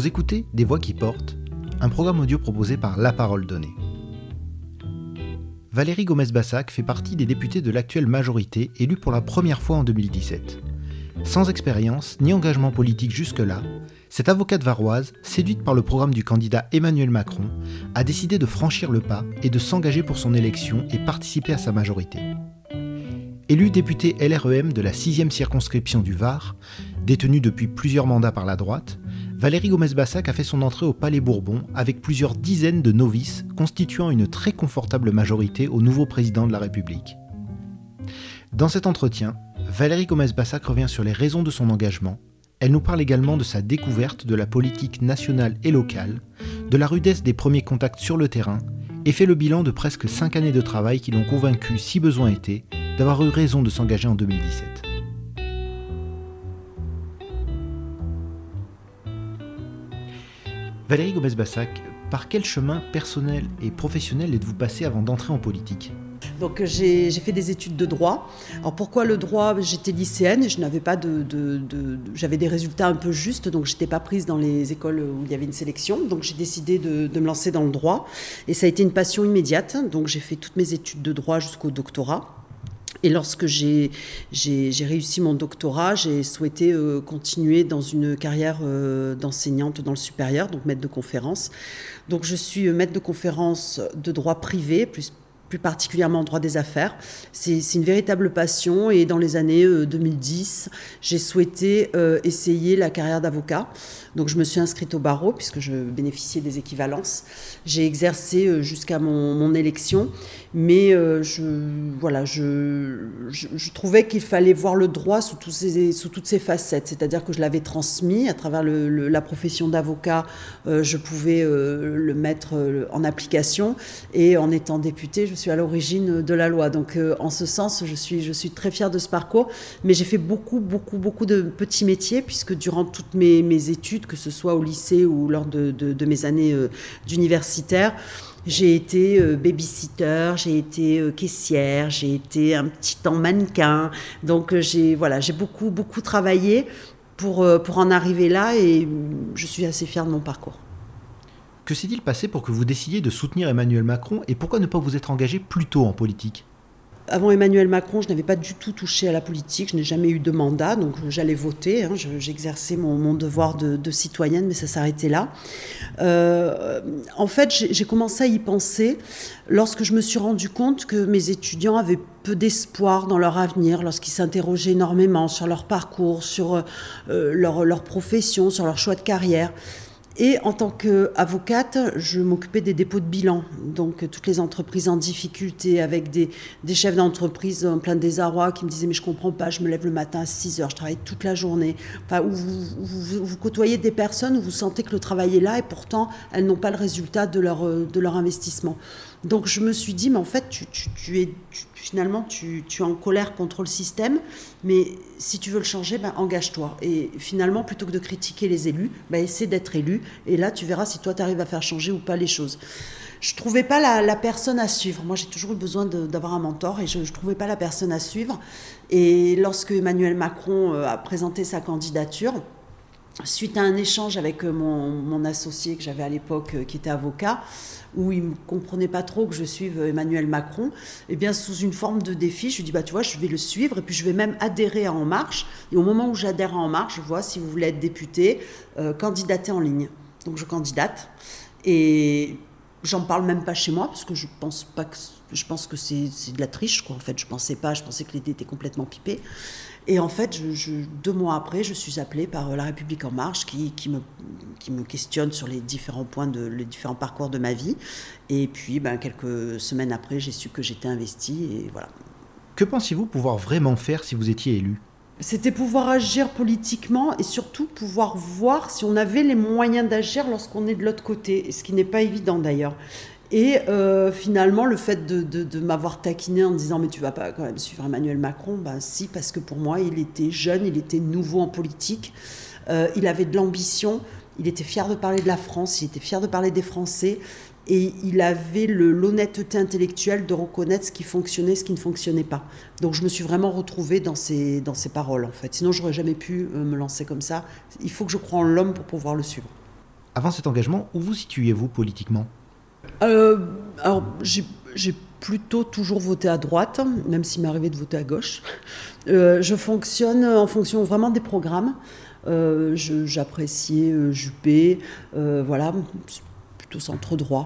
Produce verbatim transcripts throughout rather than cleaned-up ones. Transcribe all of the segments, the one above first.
Vous écoutez Des Voix qui portent, un programme audio proposé par La Parole Donnée. Valérie Gomez-Bassac fait partie des députés de l'actuelle majorité élue pour la première fois en deux mille dix-sept. Sans expérience ni engagement politique jusque-là, cette avocate varoise, séduite par le programme du candidat Emmanuel Macron, a décidé de franchir le pas et de s'engager pour son élection et participer à sa majorité. Élue députée L R E M de la sixième circonscription du Var, détenue depuis plusieurs mandats par la droite, Valérie Gomez-Bassac a fait son entrée au Palais Bourbon avec plusieurs dizaines de novices constituant une très confortable majorité au nouveau président de la République. Dans cet entretien, Valérie Gomez-Bassac revient sur les raisons de son engagement. Elle nous parle également de sa découverte de la politique nationale et locale, de la rudesse des premiers contacts sur le terrain et fait le bilan de presque cinq années de travail qui l'ont convaincue, si besoin était, d'avoir eu raison de s'engager en deux mille dix-sept. Valérie Gomez-Bassac, par quel chemin personnel et professionnel êtes-vous passée avant d'entrer en politique ? Donc j'ai, j'ai fait des études de droit. Alors pourquoi le droit ? J'étais lycéenne et je n'avais pas de, de, de, de j'avais des résultats un peu justes, donc je n'étais pas prise dans les écoles où il y avait une sélection. Donc j'ai décidé de, de me lancer dans le droit et ça a été une passion immédiate. Donc j'ai fait toutes mes études de droit jusqu'au doctorat. Et lorsque j'ai, j'ai, j'ai réussi mon doctorat, j'ai souhaité euh, continuer dans une carrière euh, d'enseignante dans le supérieur, donc maître de conférence. Donc je suis maître de conférence de droit privé, plus plus particulièrement en droit des affaires. C'est, c'est une véritable passion et dans les années euh, deux mille dix, j'ai souhaité euh, essayer la carrière d'avocat. Donc je me suis inscrite au barreau puisque je bénéficiais des équivalences. J'ai exercé euh, jusqu'à mon, mon élection, mais euh, je, voilà, je, je, je trouvais qu'il fallait voir le droit sous, tous ces, sous toutes ses facettes, c'est-à-dire que je l'avais transmis à travers le, le, la profession d'avocat, euh, je pouvais euh, le mettre en application et en étant députée, je suis à l'origine de la loi. Donc euh, en ce sens, je suis, je suis très fière de ce parcours, mais j'ai fait beaucoup, beaucoup, beaucoup de petits métiers puisque durant toutes mes, mes études, que ce soit au lycée ou lors de, de, de mes années euh, d'universitaire, j'ai été euh, baby-sitter, j'ai été euh, caissière, j'ai été un petit temps mannequin. Donc euh, j'ai, voilà, j'ai beaucoup, beaucoup travaillé pour, euh, pour en arriver là et je suis assez fière de mon parcours. Que s'est-il passé pour que vous décidiez de soutenir Emmanuel Macron et pourquoi ne pas vous être engagé plus tôt en politique ? Avant Emmanuel Macron, je n'avais pas du tout touché à la politique, je n'ai jamais eu de mandat, donc j'allais voter, hein, je, j'exerçais mon, mon devoir de, de citoyenne, mais ça s'arrêtait là. Euh, en fait, j'ai, j'ai commencé à y penser lorsque je me suis rendu compte que mes étudiants avaient peu d'espoir dans leur avenir, lorsqu'ils s'interrogeaient énormément sur leur parcours, sur euh, leur, leur profession, sur leur choix de carrière. Et en tant qu'avocate, je m'occupais des dépôts de bilan. Donc, toutes les entreprises en difficulté, avec des, des chefs d'entreprise en plein désarroi qui me disaient « mais je ne comprends pas, je me lève le matin à six heures, je travaille toute la journée ». Enfin, où vous, vous, vous côtoyez des personnes où vous sentez que le travail est là et pourtant, elles n'ont pas le résultat de leur, de leur investissement. Donc, je me suis dit « mais en fait, tu, tu, tu es, tu, finalement, tu, tu es en colère contre le système, mais si tu veux le changer, ben, engage-toi ». Et finalement, plutôt que de critiquer les élus, ben, essaie d'être élu. Et là, tu verras si toi, tu arrives à faire changer ou pas les choses. Je ne trouvais pas la, la personne à suivre. Moi, j'ai toujours eu besoin de, d'avoir un mentor et je ne trouvais pas la personne à suivre. Et lorsque Emmanuel Macron a présenté sa candidature, suite à un échange avec mon, mon associé que j'avais à l'époque, qui était avocat, où il ne comprenait pas trop que je suive Emmanuel Macron, eh bien, sous une forme de défi, je lui dis, bah, tu vois, je vais le suivre et puis je vais même adhérer à En Marche. Et au moment où j'adhère à En Marche, je vois si vous voulez être député, euh, candidater en ligne. Donc, je candidate et j'en parle même pas chez moi parce que je pense pas que je pense que c'est, c'est de la triche, quoi. En fait, je pensais pas, je pensais que l'idée était complètement pipée. Et en fait, je, je, deux mois après, je suis appelée par La République En Marche qui, qui, me, qui me questionne sur les différents points, de, les différents parcours de ma vie. Et puis, ben, quelques semaines après, j'ai su que j'étais investie et voilà. Que pensiez-vous pouvoir vraiment faire si vous étiez élu ? C'était pouvoir agir politiquement et surtout pouvoir voir si on avait les moyens d'agir lorsqu'on est de l'autre côté, ce qui n'est pas évident d'ailleurs. Et euh, finalement, le fait de, de, de m'avoir taquiné en me disant « mais tu vas pas quand même suivre Emmanuel Macron », ben si, parce que pour moi, il était jeune, il était nouveau en politique, euh, il avait de l'ambition, il était fier de parler de la France, il était fier de parler des Français, et il avait le, l'honnêteté intellectuelle de reconnaître ce qui fonctionnait, ce qui ne fonctionnait pas. Donc je me suis vraiment retrouvée dans ses, dans ses paroles, en fait. Sinon, j'aurais jamais pu euh, me lancer comme ça. Il faut que je croie en l'homme pour pouvoir le suivre. Avant cet engagement, où vous situez-vous politiquement ? euh, Alors, j'ai, j'ai plutôt toujours voté à droite, même s'il m'est arrivé de voter à gauche. Euh, je fonctionne en fonction vraiment des programmes. Euh, je, j'appréciais euh, Juppé, euh, voilà, plutôt centre droit.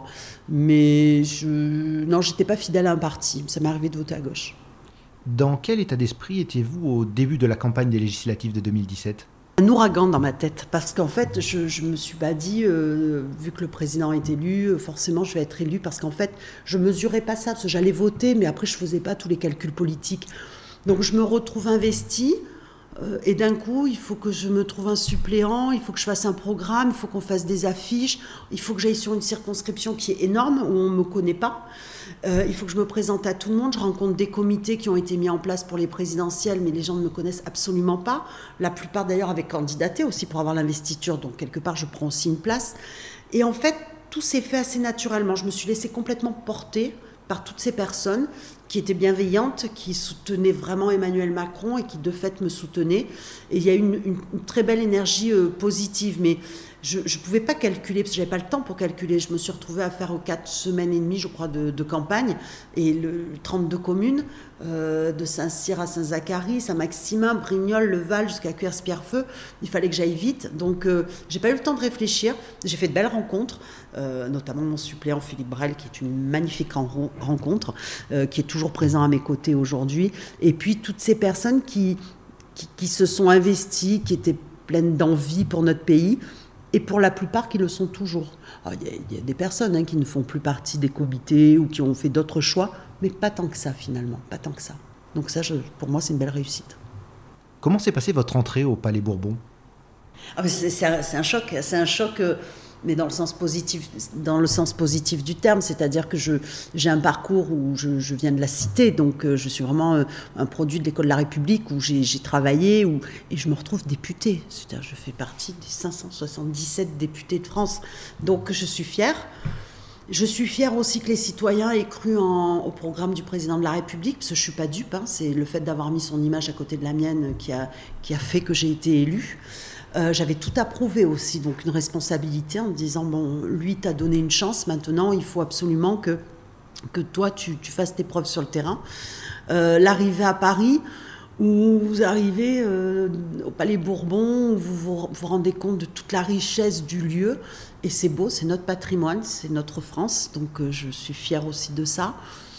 Mais je, non, j'étais pas fidèle à un parti. Ça m'est arrivé de voter à gauche. Dans quel état d'esprit étiez-vous au début de la campagne des législatives de deux mille dix-sept ? Un ouragan dans ma tête, parce qu'en fait, je, je me suis pas dit, euh, vu que le président est élu, forcément je vais être élu, parce qu'en fait, je mesurais pas ça, parce que j'allais voter, mais après je faisais pas tous les calculs politiques. Donc je me retrouve investie, euh, et d'un coup, il faut que je me trouve un suppléant, il faut que je fasse un programme, il faut qu'on fasse des affiches, il faut que j'aille sur une circonscription qui est énorme, où on me connaît pas. Euh, il faut que je me présente à tout le monde. Je rencontre des comités qui ont été mis en place pour les présidentielles, mais les gens ne me connaissent absolument pas. La plupart d'ailleurs avaient candidaté aussi pour avoir l'investiture, donc quelque part je prends aussi une place. Et en fait, tout s'est fait assez naturellement. Je me suis laissée complètement porter par toutes ces personnes qui étaient bienveillantes, qui soutenaient vraiment Emmanuel Macron et qui de fait me soutenaient. Et il y a eu une, une, une très belle énergie euh, positive, mais je ne pouvais pas calculer, parce que je n'avais pas le temps pour calculer. Je me suis retrouvée à faire aux quatre semaines et demie, je crois, de, de campagne, et le, trente-deux communes, euh, de Saint-Cyr à Saint-Zacharie, Saint-Maximin, Brignoles, Le Val, jusqu'à Cuers-Pierrefeu. Il fallait que j'aille vite, donc euh, je n'ai pas eu le temps de réfléchir. J'ai fait de belles rencontres, euh, notamment mon suppléant Philippe Brel, qui est une magnifique rencontre, euh, qui est toujours présent à mes côtés aujourd'hui. Et puis toutes ces personnes qui, qui, qui se sont investies, qui étaient pleines d'envie pour notre pays, et pour la plupart qui le sont toujours. Il y, y a des personnes hein, qui ne font plus partie des comités ou qui ont fait d'autres choix, mais pas tant que ça finalement, pas tant que ça. Donc ça, je, pour moi, c'est une belle réussite. Comment s'est passée votre entrée au Palais Bourbon ? ah, c'est, c'est, un, c'est un choc, c'est un choc, euh, mais dans le sens positif, dans le sens positif du terme, c'est-à-dire que je, j'ai un parcours où je, je viens de la cité, donc euh, je suis vraiment euh, un produit de l'école de la République où j'ai, j'ai travaillé, où, et je me retrouve députée. C'est-à-dire je fais partie des cinq cent soixante-dix-sept députés de France, donc je suis fière. Je suis fière aussi que les citoyens aient cru en, au programme du président de la République, parce que je ne suis pas dupe, hein, c'est le fait d'avoir mis son image à côté de la mienne qui a, qui a fait que j'ai été élue. Euh, j'avais tout approuvé aussi, donc une responsabilité en me disant, bon, lui t'a donné une chance, maintenant il faut absolument que, que toi tu, tu fasses tes preuves sur le terrain. Euh, l'arrivée à Paris, où vous arrivez euh, au Palais Bourbon, où vous, vous vous rendez compte de toute la richesse du lieu, et c'est beau, c'est notre patrimoine, c'est notre France, donc euh, je suis fière aussi de ça,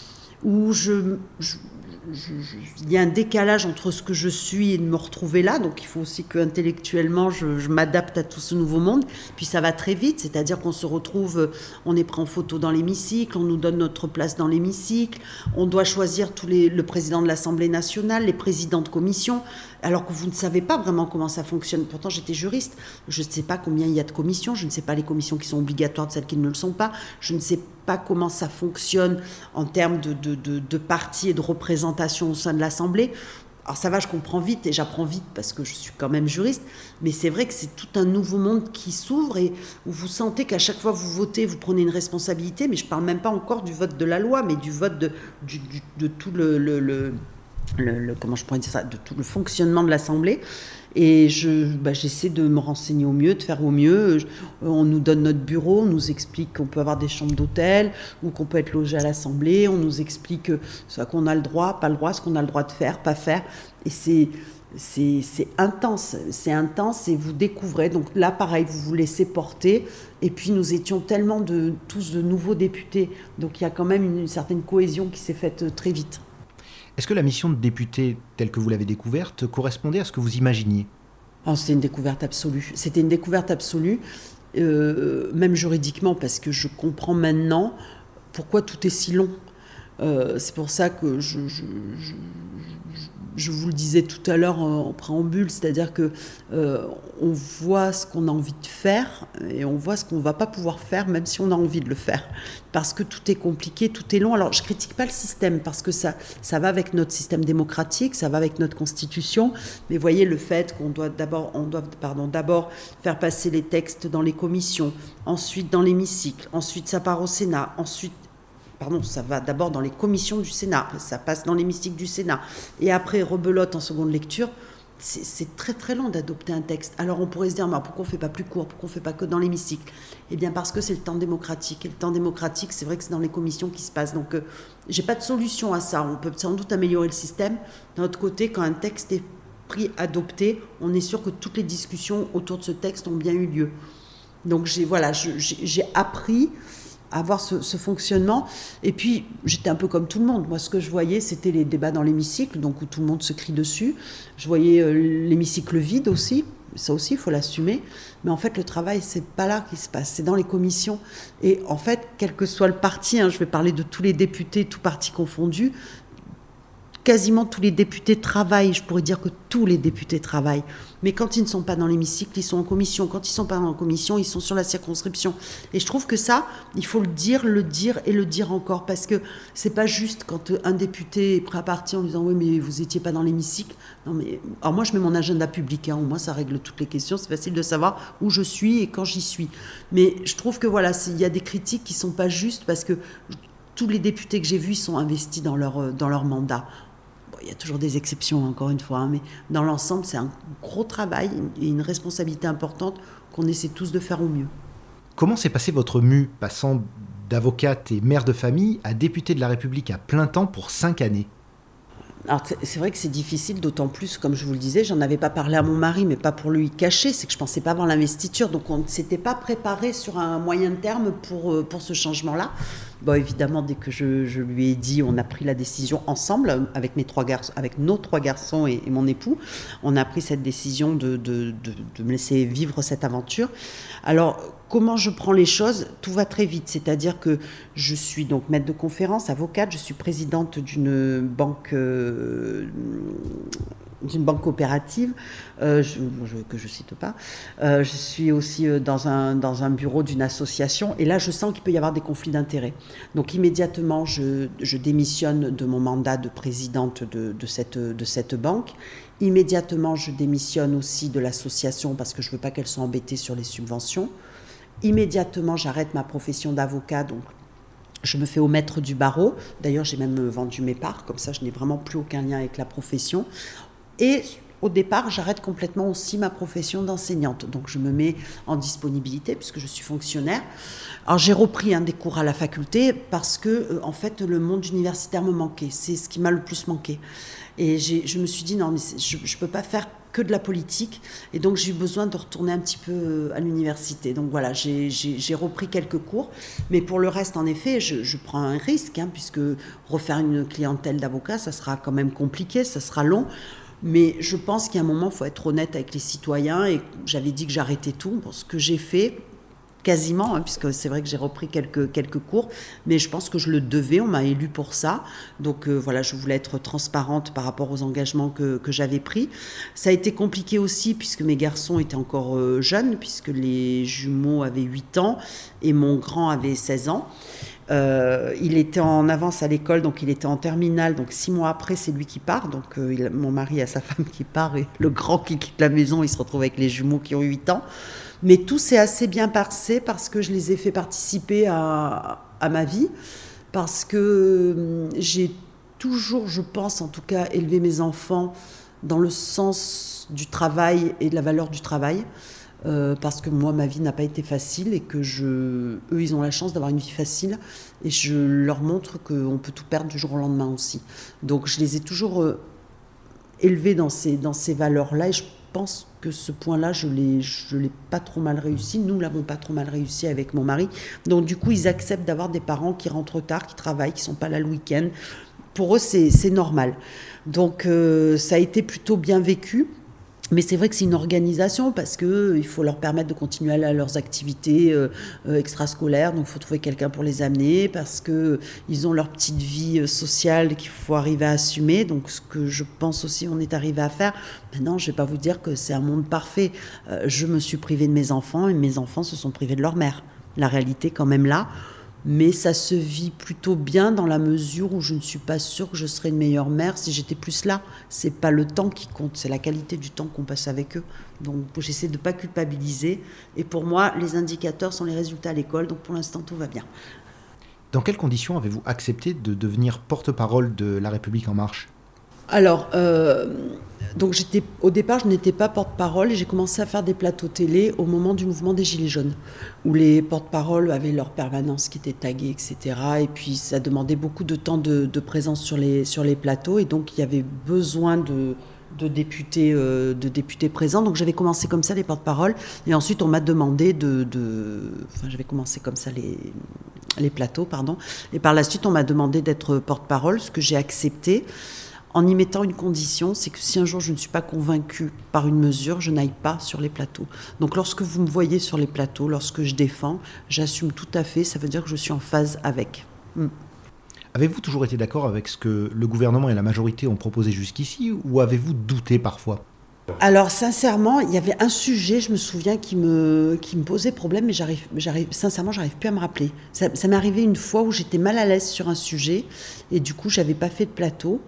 où je... je Je, je, il y a un décalage entre ce que je suis et de me retrouver là, donc il faut aussi qu'intellectuellement je, je m'adapte à tout ce nouveau monde, puis ça va très vite, c'est-à-dire qu'on se retrouve, on est pris en photo dans l'hémicycle, on nous donne notre place dans l'hémicycle, on doit choisir tous les, le président de l'Assemblée nationale, les présidents de commission, alors que vous ne savez pas vraiment comment ça fonctionne. Pourtant j'étais juriste, je ne sais pas combien il y a de commissions, je ne sais pas les commissions qui sont obligatoires de celles qui ne le sont pas, je ne sais pas comment ça fonctionne en termes de, de, de, de partis et de représentation au sein de l'Assemblée. Alors ça va, je comprends vite et j'apprends vite parce que je suis quand même juriste, mais c'est vrai que c'est tout un nouveau monde qui s'ouvre et où vous sentez qu'à chaque fois que vous votez, vous prenez une responsabilité, mais je ne parle même pas encore du vote de la loi, mais du vote de, du, du, de tout le... le, le Le, le, comment je pourrais dire ça, de tout le fonctionnement de l'Assemblée. Et je, bah, j'essaie de me renseigner au mieux, de faire au mieux. Je, on nous donne notre bureau, on nous explique qu'on peut avoir des chambres d'hôtel ou qu'on peut être logé à l'Assemblée. On nous explique ce qu'on a le droit, pas le droit, ce qu'on a le droit de faire, pas faire. Et c'est, c'est, c'est intense, c'est intense et vous découvrez. Donc là, pareil, vous vous laissez porter. Et puis nous étions tellement de, tous de nouveaux députés. Donc il y a quand même une, une certaine cohésion qui s'est faite très vite. Est-ce que la mission de député, telle que vous l'avez découverte, correspondait à ce que vous imaginiez ? Oh, c'était une découverte absolue. C'était une découverte absolue, euh, même juridiquement, parce que je comprends maintenant pourquoi tout est si long. Euh, c'est pour ça que je, je, je, je vous le disais tout à l'heure en, en préambule, c'est-à-dire que euh, on voit ce qu'on a envie de faire et on voit ce qu'on ne va pas pouvoir faire, même si on a envie de le faire, parce que tout est compliqué, tout est long. Alors je critique pas le système parce que ça, ça va avec notre système démocratique, ça va avec notre constitution. Mais voyez le fait qu'on doit d'abord, on doit, pardon, d'abord faire passer les textes dans les commissions, ensuite dans l'hémicycle, ensuite ça part au Sénat, ensuite Pardon, ça va d'abord dans les commissions du Sénat, ça passe dans l'hémicycle du Sénat, et après rebelote en seconde lecture. c'est, c'est très très long d'adopter un texte. Alors on pourrait se dire, mais pourquoi on ne fait pas plus court, pourquoi on ne fait pas que dans l'hémicycle? Eh bien parce que c'est le temps démocratique. Et le temps démocratique, c'est vrai que c'est dans les commissions qui se passe. Donc euh, j'ai pas de solution à ça. On peut sans doute améliorer le système. D'un autre côté, quand un texte est pris, adopté, on est sûr que toutes les discussions autour de ce texte ont bien eu lieu. Donc j'ai, voilà, je, j'ai, j'ai appris à avoir ce, ce fonctionnement. Et puis, j'étais un peu comme tout le monde. Moi, ce que je voyais, c'était les débats dans l'hémicycle, donc où tout le monde se crie dessus. Je voyais euh, l'hémicycle vide aussi. Ça aussi, il faut l'assumer. Mais en fait, le travail, c'est pas là qu'il se passe. C'est dans les commissions. Et en fait, quel que soit le parti, hein, je vais parler de tous les députés, tous partis confondus, quasiment tous les députés travaillent, je pourrais dire que tous les députés travaillent, mais quand ils ne sont pas dans l'hémicycle, ils sont en commission. Quand ils ne sont pas en commission, ils sont sur la circonscription. Et je trouve que ça, il faut le dire, le dire et le dire encore, parce que c'est pas juste quand un député est prêt à partir en disant « oui, mais vous n'étiez pas dans l'hémicycle ». Non, mais alors moi, je mets mon agenda public, hein, au moins ça règle toutes les questions, c'est facile de savoir où je suis et quand j'y suis. Mais je trouve que voilà, il y a des critiques qui ne sont pas justes, parce que tous les députés que j'ai vus, ils sont investis dans leur, dans leur mandat. Il y a toujours des exceptions, encore une fois, hein, mais dans l'ensemble, c'est un gros travail et une responsabilité importante qu'on essaie tous de faire au mieux. Comment s'est passée votre mue, passant d'avocate et mère de famille à députée de la République à plein temps pour cinq années ? Alors c'est vrai que c'est difficile, d'autant plus, comme je vous le disais, j'en avais pas parlé à mon mari, mais pas pour lui cacher, c'est que je pensais pas avoir l'investiture, donc on ne s'était pas préparé sur un moyen terme pour, pour ce changement-là. Bon, évidemment, dès que je, je lui ai dit, on a pris la décision ensemble, avec, mes trois garçons, avec nos trois garçons et, et mon époux, on a pris cette décision de, de, de, de me laisser vivre cette aventure. Alors, comment je prends les choses ? Tout va très vite, c'est-à-dire que je suis donc maître de conférence, avocate, je suis présidente d'une banque... Euh, d'une banque coopérative, euh, je, je, que je ne cite pas. Euh, je suis aussi dans un, dans un bureau d'une association, et là, je sens qu'il peut y avoir des conflits d'intérêts. Donc, immédiatement, je, je démissionne de mon mandat de présidente de, de, cette, de cette banque. Immédiatement, je démissionne aussi de l'association parce que je ne veux pas qu'elle soit embêtée sur les subventions. Immédiatement, j'arrête ma profession d'avocat, donc je me fais au maître du barreau. D'ailleurs, j'ai même vendu mes parts, comme ça, je n'ai vraiment plus aucun lien avec la profession. Et au départ, j'arrête complètement aussi ma profession d'enseignante. Donc, je me mets en disponibilité puisque je suis fonctionnaire. Alors, j'ai repris hein, des cours à la faculté parce que, euh, en fait, le monde universitaire me manquait. C'est ce qui m'a le plus manqué. Et j'ai, je me suis dit, non, mais je ne peux pas faire que de la politique. Et donc, j'ai eu besoin de retourner un petit peu à l'université. Donc, voilà, j'ai, j'ai, j'ai repris quelques cours. Mais pour le reste, en effet, je, je prends un risque, hein, puisque refaire une clientèle d'avocats, ça sera quand même compliqué, ça sera long. Mais je pense qu'à un moment, il faut être honnête avec les citoyens. Et j'avais dit que j'arrêtais tout. Bon, ce que j'ai fait, quasiment, hein, puisque c'est vrai que j'ai repris quelques, quelques cours, mais je pense que je le devais, on m'a élu pour ça. Donc euh, voilà, je voulais être transparente par rapport aux engagements que, que j'avais pris. Ça a été compliqué aussi, puisque mes garçons étaient encore euh, jeunes, puisque les jumeaux avaient huit ans et mon grand avait seize ans. Euh, il était en avance à l'école, donc il était en terminale, donc six mois après, c'est lui qui part. Donc euh, il, mon mari a sa femme qui part et le grand qui quitte la maison, il se retrouve avec les jumeaux qui ont huit ans. Mais tout s'est assez bien passé parce que je les ai fait participer à, à ma vie, parce que euh, j'ai toujours, je pense en tout cas, élevé mes enfants dans le sens du travail et de la valeur du travail. Euh, parce que moi, ma vie n'a pas été facile et que je, eux, ils ont la chance d'avoir une vie facile et je leur montre qu'on peut tout perdre du jour au lendemain aussi. Donc, je les ai toujours euh, élevés dans ces, dans ces valeurs-là et je pense que ce point-là, je l'ai, je l'ai pas trop mal réussi. Nous ne l'avons pas trop mal réussi avec mon mari. Donc, du coup, ils acceptent d'avoir des parents qui rentrent tard, qui travaillent, qui ne sont pas là le week-end. Pour eux, c'est, c'est normal. Donc, euh, ça a été plutôt bien vécu. Mais c'est vrai que c'est une organisation parce qu'il faut leur permettre de continuer à aller à leurs activités euh, extrascolaires. Donc, il faut trouver quelqu'un pour les amener parce qu'ils ont leur petite vie sociale qu'il faut arriver à assumer. Donc, ce que je pense aussi on est arrivé à faire. Maintenant, je ne vais pas vous dire que c'est un monde parfait. Euh, je me suis privée de mes enfants et mes enfants se sont privés de leur mère. La réalité, quand même là. Mais ça se vit plutôt bien dans la mesure où je ne suis pas sûre que je serais une meilleure mère si j'étais plus là. C'est pas le temps qui compte, c'est la qualité du temps qu'on passe avec eux. Donc j'essaie de ne pas culpabiliser. Et pour moi, les indicateurs sont les résultats à l'école, donc pour l'instant tout va bien. Dans quelles conditions avez-vous accepté de devenir porte-parole de La République En Marche ? Alors, euh, donc j'étais, au départ, je n'étais pas porte-parole et j'ai commencé à faire des plateaux télé au moment du mouvement des Gilets jaunes, où les porte-paroles avaient leur permanence qui était taguée, et cetera. Et puis ça demandait beaucoup de temps de, de présence sur les, sur les plateaux, et donc il y avait besoin de, de, députés, euh, de députés présents. Donc j'avais commencé comme ça les porte-paroles, et ensuite on m'a demandé de... de enfin, j'avais commencé comme ça les... les plateaux, pardon. Et par la suite, on m'a demandé d'être porte-parole, ce que j'ai accepté, en y mettant une condition, c'est que si un jour je ne suis pas convaincue par une mesure, je n'aille pas sur les plateaux. Donc lorsque vous me voyez sur les plateaux, lorsque je défends, j'assume tout à fait, ça veut dire que je suis en phase avec. Mm. Avez-vous toujours été d'accord avec ce que le gouvernement et la majorité ont proposé jusqu'ici, ou avez-vous douté parfois ? Alors sincèrement, il y avait un sujet, je me souviens, qui me, qui me posait problème, mais j'arrive, j'arrive, sincèrement, j'arrive plus à me rappeler. Ça, ça m'est arrivé une fois où j'étais mal à l'aise sur un sujet, et du coup, j'avais pas fait de plateau.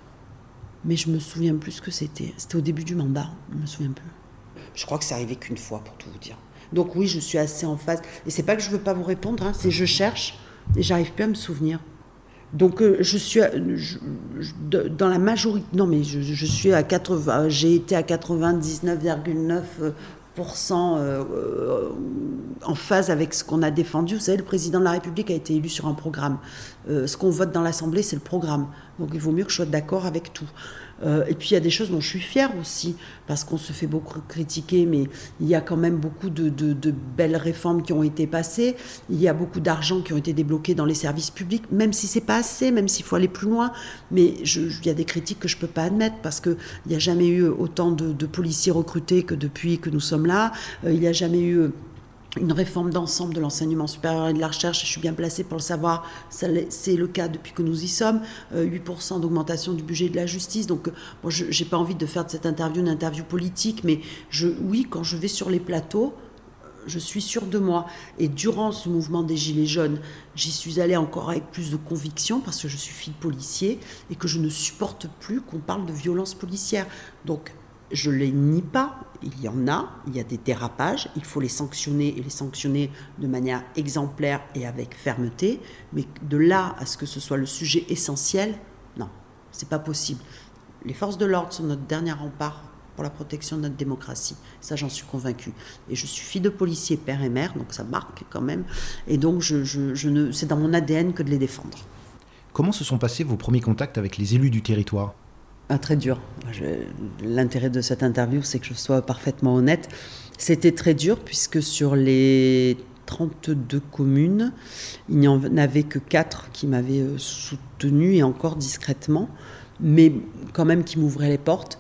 Mais je me souviens plus ce que c'était. C'était au début du mandat, je me souviens plus. Je crois que c'est arrivé qu'une fois, pour tout vous dire. Donc oui, je suis assez en phase. Et c'est pas que je veux pas vous répondre, hein, c'est je cherche et j'arrive plus à me souvenir. Donc euh, je suis à, je, je, dans la majorité. Non, mais je, je suis à quatre-vingts. J'ai été à quatre-vingt-dix-neuf virgule neuf pour cent euh, euh, en phase avec ce qu'on a défendu. Vous savez, le président de la République a été élu sur un programme. Euh, ce qu'on vote dans l'Assemblée, c'est le programme. Donc il vaut mieux que je sois d'accord avec tout. Euh, et puis il y a des choses dont je suis fière aussi, parce qu'on se fait beaucoup critiquer, mais il y a quand même beaucoup de, de, de belles réformes qui ont été passées. Il y a beaucoup d'argent qui ont été débloqués dans les services publics, même si c'est pas assez, même s'il faut aller plus loin. Mais je, il y a des critiques que je peux pas admettre, parce qu'il n'y a jamais eu autant de, de policiers recrutés que depuis que nous sommes là. Euh, il n'y a jamais eu une réforme d'ensemble de l'enseignement supérieur et de la recherche, je suis bien placée pour le savoir, ça, c'est le cas depuis que nous y sommes, euh, huit pour cent d'augmentation du budget de la justice, donc moi je n'ai pas envie de faire de cette interview une interview politique, mais je, oui, quand je vais sur les plateaux, je suis sûre de moi. Et durant ce mouvement des Gilets jaunes, j'y suis allée encore avec plus de conviction, parce que je suis fille de policier, et que je ne supporte plus qu'on parle de violence policière. Donc, je ne les nie pas, il y en a, il y a des dérapages, il faut les sanctionner et les sanctionner de manière exemplaire et avec fermeté, mais de là à ce que ce soit le sujet essentiel, non, c'est pas possible. Les forces de l'ordre sont notre dernier rempart pour la protection de notre démocratie, ça j'en suis convaincue. Et je suis fille de policier, père et mère, donc ça marque quand même, et donc je, je, je ne, c'est dans mon A D N que de les défendre. Comment se sont passés vos premiers contacts avec les élus du territoire ? Ah, très dur. Je, l'intérêt de cette interview, c'est que je sois parfaitement honnête. C'était très dur, puisque sur les trente-deux communes, il n'y en avait que quatre qui m'avaient soutenue, et encore discrètement, mais quand même qui m'ouvraient les portes.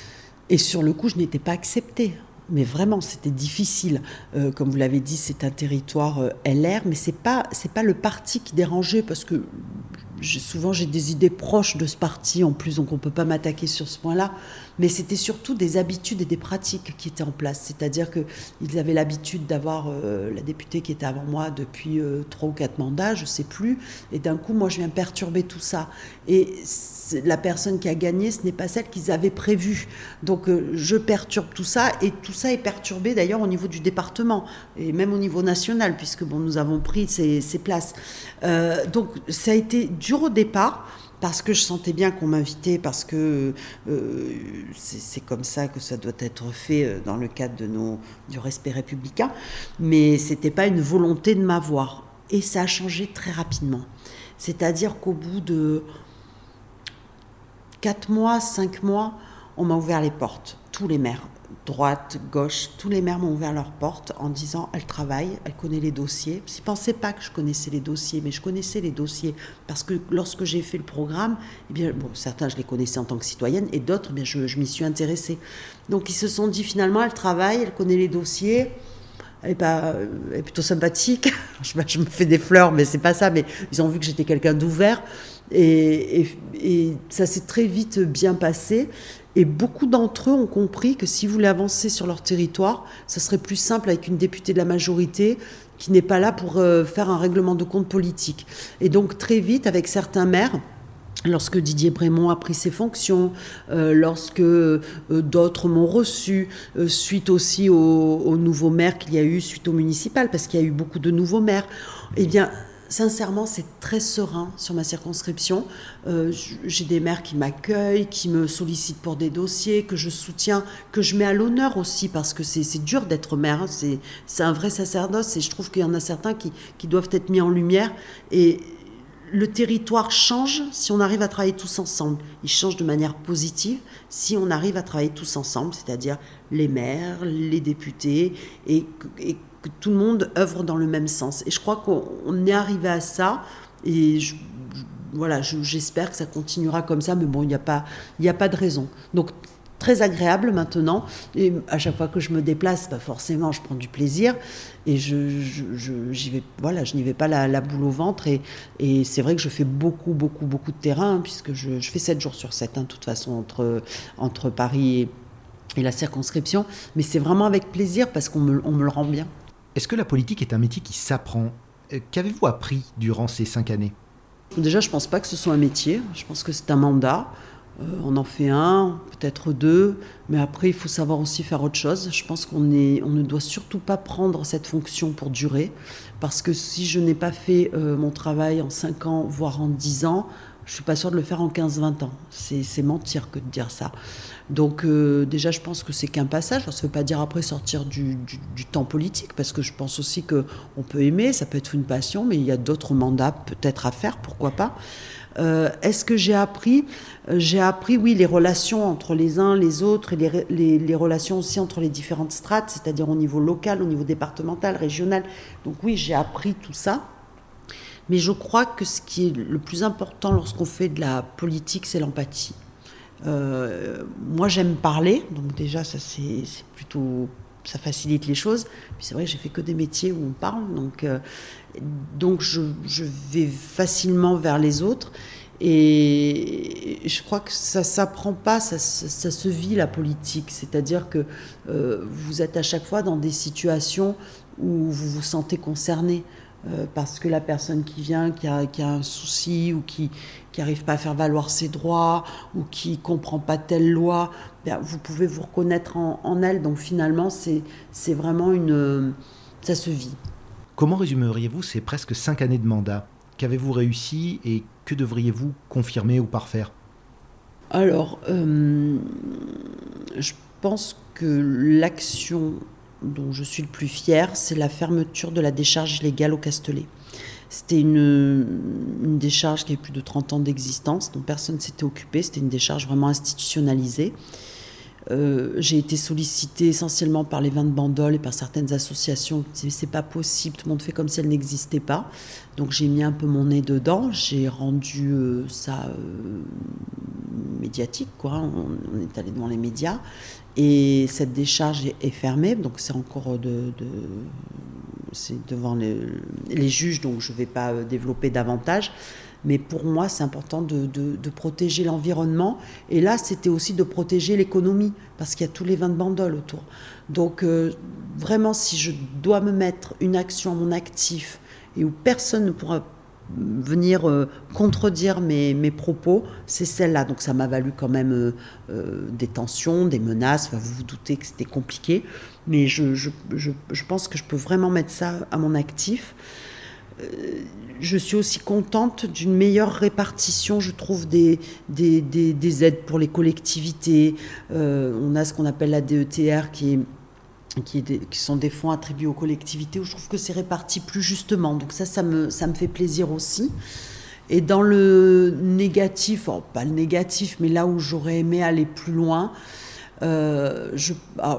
Et sur le coup, je n'étais pas acceptée. Mais vraiment, c'était difficile. Euh, comme vous l'avez dit, c'est un territoire euh, L R, mais c'est pas, c'est pas le parti qui dérangeait, parce que j'ai, souvent j'ai des idées proches de ce parti en plus, donc on ne peut pas m'attaquer sur ce point-là. Mais c'était surtout des habitudes et des pratiques qui étaient en place. C'est-à-dire qu'ils avaient l'habitude d'avoir euh, la députée qui était avant moi depuis euh, trois ou quatre mandats, je ne sais plus. Et d'un coup, moi, je viens perturber tout ça. Et la personne qui a gagné, ce n'est pas celle qu'ils avaient prévue. Donc, euh, je perturbe tout ça. Et tout ça est perturbé d'ailleurs au niveau du département. Et même au niveau national, puisque bon, nous avons pris ces, ces places. Euh, donc, ça a été dur au départ, parce que je sentais bien qu'on m'invitait, parce que euh, c'est, c'est comme ça que ça doit être fait dans le cadre de nos, du respect républicain, mais ce n'était pas une volonté de m'avoir. Et ça a changé très rapidement. C'est-à-dire qu'au bout de quatre mois, cinq mois, on m'a ouvert les portes, tous les maires. Droite, gauche, tous les maires m'ont ouvert leurs portes en disant elle travaille, elle connaît les dossiers. Ils ne pensaient pas que je connaissais les dossiers, mais je connaissais les dossiers parce que lorsque j'ai fait le programme, eh bien, bon, certains je les connaissais en tant que citoyenne et d'autres, eh bien, je, je m'y suis intéressée. Donc ils se sont dit finalement elle travaille, elle connaît les dossiers, elle est, pas, elle est plutôt sympathique. je, je me fais des fleurs, mais c'est pas ça. Mais ils ont vu que j'étais quelqu'un d'ouvert et, et, et ça s'est très vite bien passé. Et beaucoup d'entre eux ont compris que si vous voulez avancer sur leur territoire, ça serait plus simple avec une députée de la majorité qui n'est pas là pour euh, faire un règlement de compte politique. Et donc très vite, avec certains maires, lorsque Didier Brémond a pris ses fonctions, euh, lorsque euh, d'autres m'ont reçu, euh, suite aussi aux, aux nouveaux maires qu'il y a eu, suite au municipal, parce qu'il y a eu beaucoup de nouveaux maires, eh bien, Sincèrement, c'est très serein sur ma circonscription. Euh, j'ai des maires qui m'accueillent, qui me sollicitent pour des dossiers, que je soutiens, que je mets à l'honneur aussi, parce que c'est, c'est dur d'être maire. Hein. C'est, c'est un vrai sacerdoce et je trouve qu'il y en a certains qui, qui doivent être mis en lumière. Et le territoire change si on arrive à travailler tous ensemble. Il change de manière positive si on arrive à travailler tous ensemble, c'est-à-dire les maires, les députés, et, et que tout le monde œuvre dans le même sens. Et je crois qu'on est arrivé à ça, et je, voilà, je, j'espère que ça continuera comme ça, mais bon, il n'y a pas, il n'y a pas de raison. Donc, très agréable maintenant, et à chaque fois que je me déplace, bah forcément, je prends du plaisir, et je, je, je, j'y vais, voilà, je n'y vais pas la, la boule au ventre, et, et c'est vrai que je fais beaucoup, beaucoup, beaucoup de terrain, hein, puisque je, je fais sept jours sur sept, hein, de toute façon, entre, entre Paris et, et la circonscription, mais c'est vraiment avec plaisir, parce qu'on me, on me le rend bien. Est-ce que la politique est un métier qui s'apprend ? Qu'avez-vous appris durant ces cinq années ? Déjà, je ne pense pas que ce soit un métier. Je pense que c'est un mandat. Euh, on en fait un, peut-être deux. Mais après, il faut savoir aussi faire autre chose. Je pense qu'on est, on ne doit surtout pas prendre cette fonction pour durer. Parce que si je n'ai pas fait euh, mon travail en cinq ans, voire en dix ans, je ne suis pas sûre de le faire en quinze vingt ans. C'est, c'est mentir que de dire ça. Donc euh, déjà, je pense que c'est qu'un passage. Alors, ça ne veut pas dire après sortir du, du, du temps politique, parce que je pense aussi qu'on peut aimer, ça peut être une passion, mais il y a d'autres mandats peut-être à faire, pourquoi pas. Euh, est-ce que j'ai appris ? J'ai appris, oui, les relations entre les uns, les autres, et les, les, les relations aussi entre les différentes strates, c'est-à-dire au niveau local, au niveau départemental, régional. Donc oui, j'ai appris tout ça. Mais je crois que ce qui est le plus important lorsqu'on fait de la politique, c'est l'empathie. Euh, moi, j'aime parler, donc déjà, ça c'est, c'est plutôt, ça facilite les choses. Puis c'est vrai que j'ai fait que des métiers où on parle, donc euh, donc je, je vais facilement vers les autres. Et je crois que ça ne s'apprend pas, ça, ça, ça se vit la politique. C'est-à-dire que euh, vous êtes à chaque fois dans des situations où vous vous sentez concerné. Euh, parce que la personne qui vient, qui a, qui a un souci ou qui n'arrive pas à faire valoir ses droits ou qui ne comprend pas telle loi, bien, vous pouvez vous reconnaître en, en elle. Donc finalement, c'est, c'est vraiment une... ça se vit. Comment résumeriez-vous ces presque cinq années de mandat ? Qu'avez-vous réussi et que devriez-vous confirmer ou parfaire ? Alors, euh, je pense que l'action dont je suis le plus fière, c'est la fermeture de la décharge illégale au Castellet. C'était une, une décharge qui avait plus de trente ans d'existence, dont personne ne s'était occupé. C'était une décharge vraiment institutionnalisée. Euh, j'ai été sollicitée essentiellement par les vins de Bandol et par certaines associations qui disaient c'est pas possible, tout le monde fait comme si elle n'existait pas. Donc j'ai mis un peu mon nez dedans, j'ai rendu euh, ça euh, médiatique, quoi. On, on est allé devant les médias et cette décharge est, est fermée, donc c'est encore de, de c'est devant les, les juges, donc je ne vais pas développer davantage. Mais pour moi, c'est important de, de, de protéger l'environnement. Et là, c'était aussi de protéger l'économie, parce qu'il y a tous les vins de Bandol autour. Donc, euh, vraiment, si je dois me mettre une action à mon actif et où personne ne pourra venir euh, contredire mes, mes propos, c'est celle-là. Donc, ça m'a valu quand même euh, euh, des tensions, des menaces. Enfin, vous vous doutez que c'était compliqué. Mais je, je, je, je pense que je peux vraiment mettre ça à mon actif. Euh, je suis aussi contente d'une meilleure répartition, je trouve, des, des, des, des aides pour les collectivités. Euh, on a ce qu'on appelle la D E T R, qui, est, qui, est des, qui sont des fonds attribués aux collectivités, où je trouve que c'est réparti plus justement. Donc ça, ça me, ça me fait plaisir aussi. Et dans le négatif, oh, pas le négatif, mais là où j'aurais aimé aller plus loin, euh, je, alors,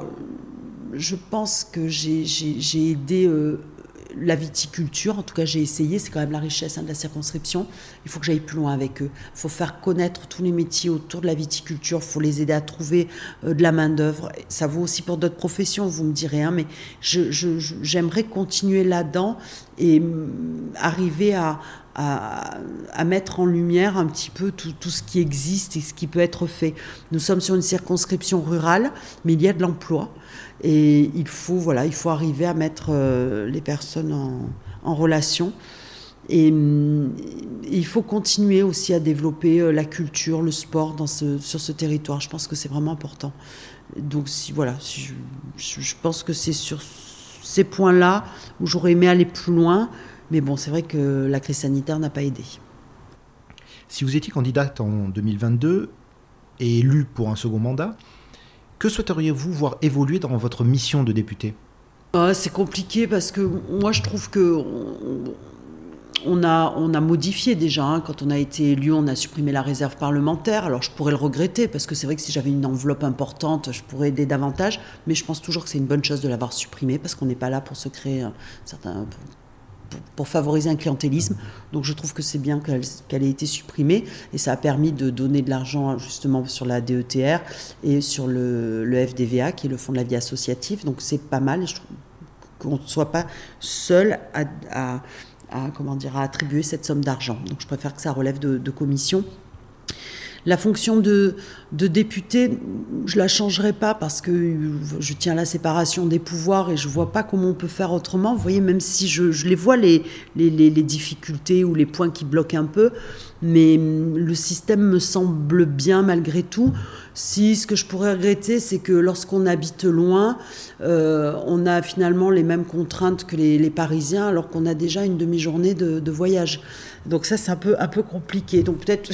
je pense que j'ai, j'ai, j'ai aidé... Euh, la viticulture, en tout cas j'ai essayé, c'est quand même la richesse hein, de la circonscription, il faut que j'aille plus loin avec eux, il faut faire connaître tous les métiers autour de la viticulture, il faut les aider à trouver euh, de la main d'œuvre, ça vaut aussi pour d'autres professions, vous me direz, hein, mais je, je, je, j'aimerais continuer là-dedans et euh, arriver à, à, à mettre en lumière un petit peu tout, tout ce qui existe et ce qui peut être fait. Nous sommes sur une circonscription rurale, mais il y a de l'emploi. Et il faut, voilà, il faut arriver à mettre euh, les personnes en, en relation. Et, et il faut continuer aussi à développer euh, la culture, le sport dans ce, sur ce territoire. Je pense que c'est vraiment important. Donc si, voilà, si je, je pense que c'est sur ces points-là où j'aurais aimé aller plus loin. Mais bon, c'est vrai que la crise sanitaire n'a pas aidé. Si vous étiez candidate en deux mille vingt-deux et élue pour un second mandat, que souhaiteriez-vous voir évoluer dans votre mission de députée ? Ah, c'est compliqué parce que moi je trouve que on, on a, on a modifié déjà. Hein. Quand on a été élu, on a supprimé la réserve parlementaire. Alors je pourrais le regretter parce que c'est vrai que si j'avais une enveloppe importante, je pourrais aider davantage. Mais je pense toujours que c'est une bonne chose de l'avoir supprimée parce qu'on n'est pas là pour se créer un certain... Pour, pour favoriser un clientélisme. Donc je trouve que c'est bien qu'elle, qu'elle ait été supprimée et ça a permis de donner de l'argent justement sur la D E T R et sur le, le F D V A qui est le Fonds de la vie associative. Donc c'est pas mal et je trouve qu'on ne soit pas seul à, à, à, comment dire, à attribuer cette somme d'argent. Donc je préfère que ça relève de, de commission. La fonction de, de député, je ne la changerai pas parce que je tiens à la séparation des pouvoirs et je ne vois pas comment on peut faire autrement. Vous voyez, même si je, je les vois, les, les, les, les difficultés ou les points qui bloquent un peu, mais le système me semble bien malgré tout. Si ce que je pourrais regretter, c'est que lorsqu'on habite loin, euh, on a finalement les mêmes contraintes que les, les Parisiens alors qu'on a déjà une demi-journée de, de voyage. Donc ça, c'est un peu, un peu compliqué. Donc peut-être...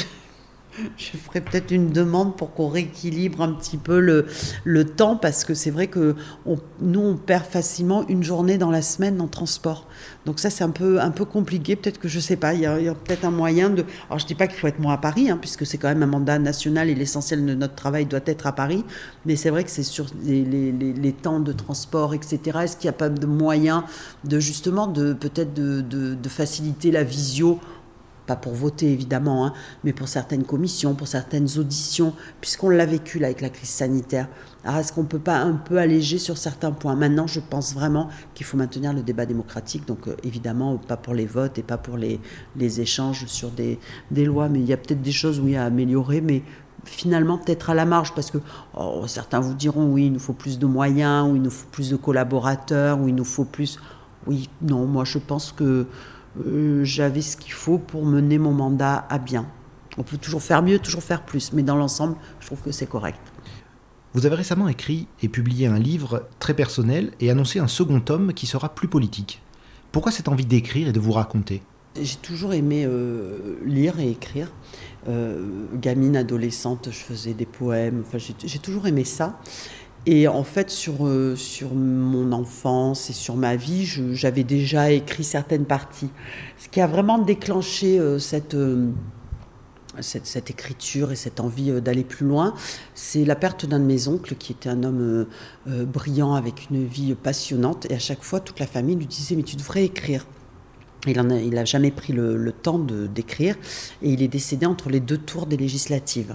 Je ferai peut-être une demande pour qu'on rééquilibre un petit peu le, le temps parce que c'est vrai que on, nous, on perd facilement une journée dans la semaine en transport. Donc ça, c'est un peu, un peu compliqué. Peut-être que, je ne sais pas, il y, a, il y a peut-être un moyen de... Alors, je ne dis pas qu'il faut être moins à Paris, hein, puisque c'est quand même un mandat national et l'essentiel de notre travail doit être à Paris. Mais c'est vrai que c'est sur les, les, les, les temps de transport, et cetera. Est-ce qu'il n'y a pas de moyen de, justement, de, peut-être de, de, de faciliter la visio ? Pas pour voter évidemment, hein, mais pour certaines commissions, pour certaines auditions, puisqu'on l'a vécu là avec la crise sanitaire. Alors est-ce qu'on ne peut pas un peu alléger sur certains points ? Maintenant, je pense vraiment qu'il faut maintenir le débat démocratique, donc euh, évidemment pas pour les votes et pas pour les, les échanges sur des, des lois, mais il y a peut-être des choses où il y a à améliorer, mais finalement peut-être à la marge, parce que oh, certains vous diront oui, il nous faut plus de moyens, ou il nous faut plus de collaborateurs, ou il nous faut plus... Oui, non, moi je pense que Euh, j'avais ce qu'il faut pour mener mon mandat à bien. On peut toujours faire mieux, toujours faire plus, mais dans l'ensemble, je trouve que c'est correct. Vous avez récemment écrit et publié un livre très personnel et annoncé un second tome qui sera plus politique. Pourquoi cette envie d'écrire et de vous raconter ? J'ai toujours aimé euh, lire et écrire. Euh, gamine, adolescente, je faisais des poèmes. Enfin, j'ai, j'ai toujours aimé ça. Et en fait, sur, euh, sur mon enfance et sur ma vie, je, j'avais déjà écrit certaines parties. Ce qui a vraiment déclenché euh, cette, euh, cette, cette écriture et cette envie euh, d'aller plus loin, c'est la perte d'un de mes oncles, qui était un homme euh, euh, brillant, avec une vie passionnante. Et à chaque fois, toute la famille lui disait « mais tu devrais écrire ». Il n'a il a jamais pris le, le temps de, d'écrire, et il est décédé entre les deux tours des législatives.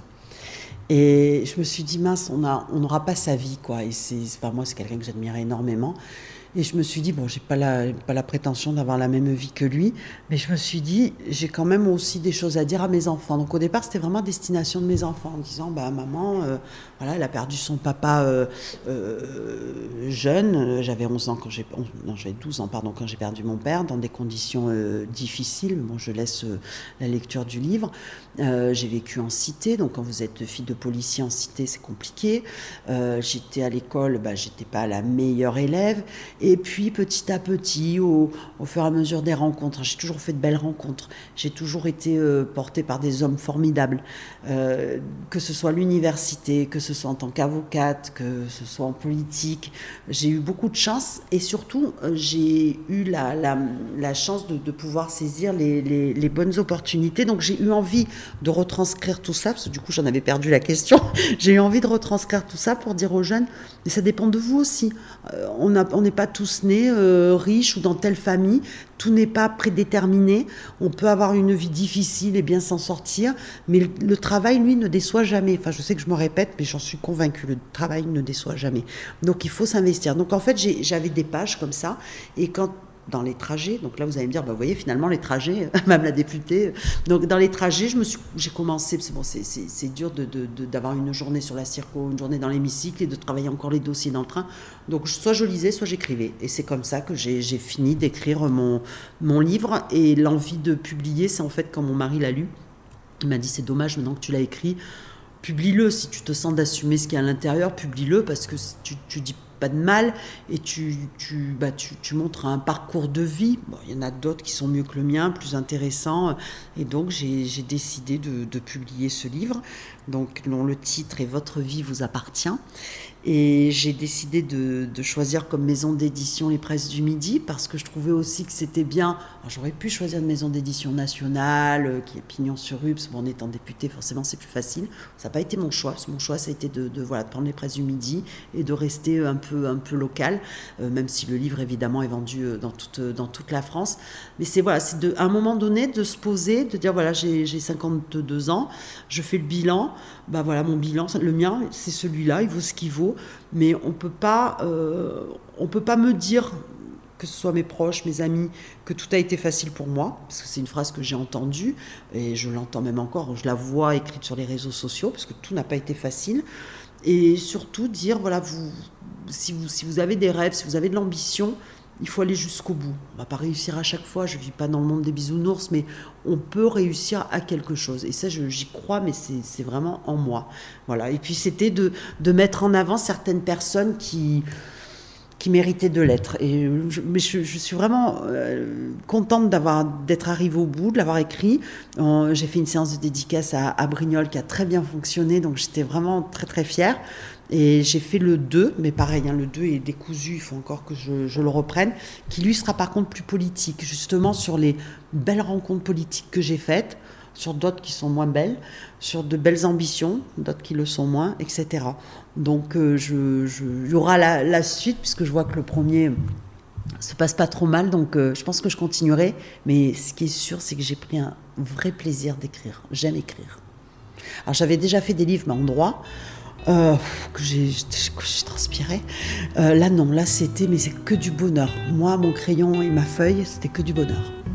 Et je me suis dit, mince, on a, on n'aura pas sa vie, quoi. Et c'est, enfin, moi, c'est quelqu'un que j'admirais énormément. Et je me suis dit, bon, j'ai pas la, pas la prétention d'avoir la même vie que lui, mais je me suis dit, j'ai quand même aussi des choses à dire à mes enfants. Donc au départ, c'était vraiment à destination de mes enfants, en disant, bah maman, euh, voilà, elle a perdu son papa euh, euh, jeune. J'avais onze ans quand j'ai, non, j'avais douze ans, pardon, quand j'ai perdu mon père, dans des conditions euh, difficiles. Bon, je laisse euh, la lecture du livre. Euh, j'ai vécu en cité, donc quand vous êtes fille de policier en cité, c'est compliqué. Euh, j'étais à l'école, bah, j'étais pas la meilleure élève. Et puis, petit à petit, au, au fur et à mesure des rencontres, j'ai toujours fait de belles rencontres. J'ai toujours été euh, portée par des hommes formidables, euh, que ce soit à l'université, que ce soit en tant qu'avocate, que ce soit en politique. J'ai eu beaucoup de chance et surtout, euh, j'ai eu la, la, la chance de, de pouvoir saisir les, les, les bonnes opportunités. Donc, j'ai eu envie de retranscrire tout ça, parce que du coup, j'en avais perdu la question. J'ai eu envie de retranscrire tout ça pour dire aux jeunes, mais ça dépend de vous aussi. Euh, on a, on n'est pas tous nés euh, riches ou dans telle famille, tout n'est pas prédéterminé, on peut avoir une vie difficile et bien s'en sortir, mais le, le travail, lui, ne déçoit jamais. Enfin, je sais que je me répète, mais j'en suis convaincue, le travail ne déçoit jamais. Donc, il faut s'investir. Donc, en fait, j'ai, j'avais des pages comme ça, et quand dans les trajets, donc là vous allez me dire, bah, vous voyez finalement les trajets, même la députée, donc dans les trajets, je me suis, j'ai commencé, c'est, bon, c'est, c'est, c'est dur de, de, de, d'avoir une journée sur la circo, une journée dans l'hémicycle et de travailler encore les dossiers dans le train, donc soit je lisais, soit j'écrivais, et c'est comme ça que j'ai, j'ai fini d'écrire mon, mon livre, et l'envie de publier, c'est en fait quand mon mari l'a lu, il m'a dit c'est dommage maintenant que tu l'as écrit, publie-le, si tu te sens d'assumer ce qu'il y a à l'intérieur, publie-le, parce que tu, tu dis pas de mal, et tu, tu, bah, tu, tu montres un parcours de vie. Bon, il y en a d'autres qui sont mieux que le mien, plus intéressants, et donc j'ai, j'ai décidé de, de publier ce livre, donc, dont le titre est « Votre vie vous appartient ». Et j'ai décidé de, de choisir comme maison d'édition les Presses du Midi, parce que je trouvais aussi que c'était bien. Alors, j'aurais pu choisir une maison d'édition nationale, euh, qui est pignon sur rue, parce qu'en étant députée, forcément, c'est plus facile. Ça n'a pas été mon choix. Mon choix, ça a été de, de, voilà, de prendre les Presses du Midi et de rester un peu, un peu local, euh, même si le livre, évidemment, est vendu dans toute, dans toute la France. Mais c'est, voilà, c'est de, à un moment donné de se poser, de dire, voilà, j'ai, j'ai cinquante-deux ans, je fais le bilan. Bah voilà, mon bilan, le mien, c'est celui-là, il vaut ce qu'il vaut. Mais on peut pas, euh, on peut pas me dire, que ce soit mes proches, mes amis, que tout a été facile pour moi, parce que c'est une phrase que j'ai entendue, et je l'entends même encore, je la vois écrite sur les réseaux sociaux, parce que tout n'a pas été facile. Et surtout dire, voilà, vous, si vous, si vous avez des rêves, si vous avez de l'ambition, il faut aller jusqu'au bout. On ne va pas réussir à chaque fois, je ne vis pas dans le monde des bisounours, mais on peut réussir à quelque chose. Et ça, je, j'y crois, mais c'est, c'est vraiment en moi. Voilà. Et puis, c'était de, de mettre en avant certaines personnes qui, qui méritaient de l'être. Et je, mais je, je suis vraiment euh, contente d'avoir, d'être arrivée au bout, de l'avoir écrit. Euh, j'ai fait une séance de dédicace à, à Brignoles qui a très bien fonctionné, donc j'étais vraiment très, très fière. Et j'ai fait le deux, mais pareil, hein, le deux est décousu, il faut encore que je, je le reprenne, qui lui sera par contre plus politique, justement sur les belles rencontres politiques que j'ai faites, sur d'autres qui sont moins belles, sur de belles ambitions, d'autres qui le sont moins, et cetera. Donc euh, je, je, il y aura la, la suite, puisque je vois que le premier se passe pas trop mal, donc euh, je pense que je continuerai, mais ce qui est sûr, c'est que j'ai pris un vrai plaisir d'écrire. J'aime écrire. Alors j'avais déjà fait des livres, mais en droit, Euh, que, j'ai, que j'ai transpiré. Euh, là, non, là, c'était, mais c'est que du bonheur. Moi, mon crayon et ma feuille, c'était que du bonheur.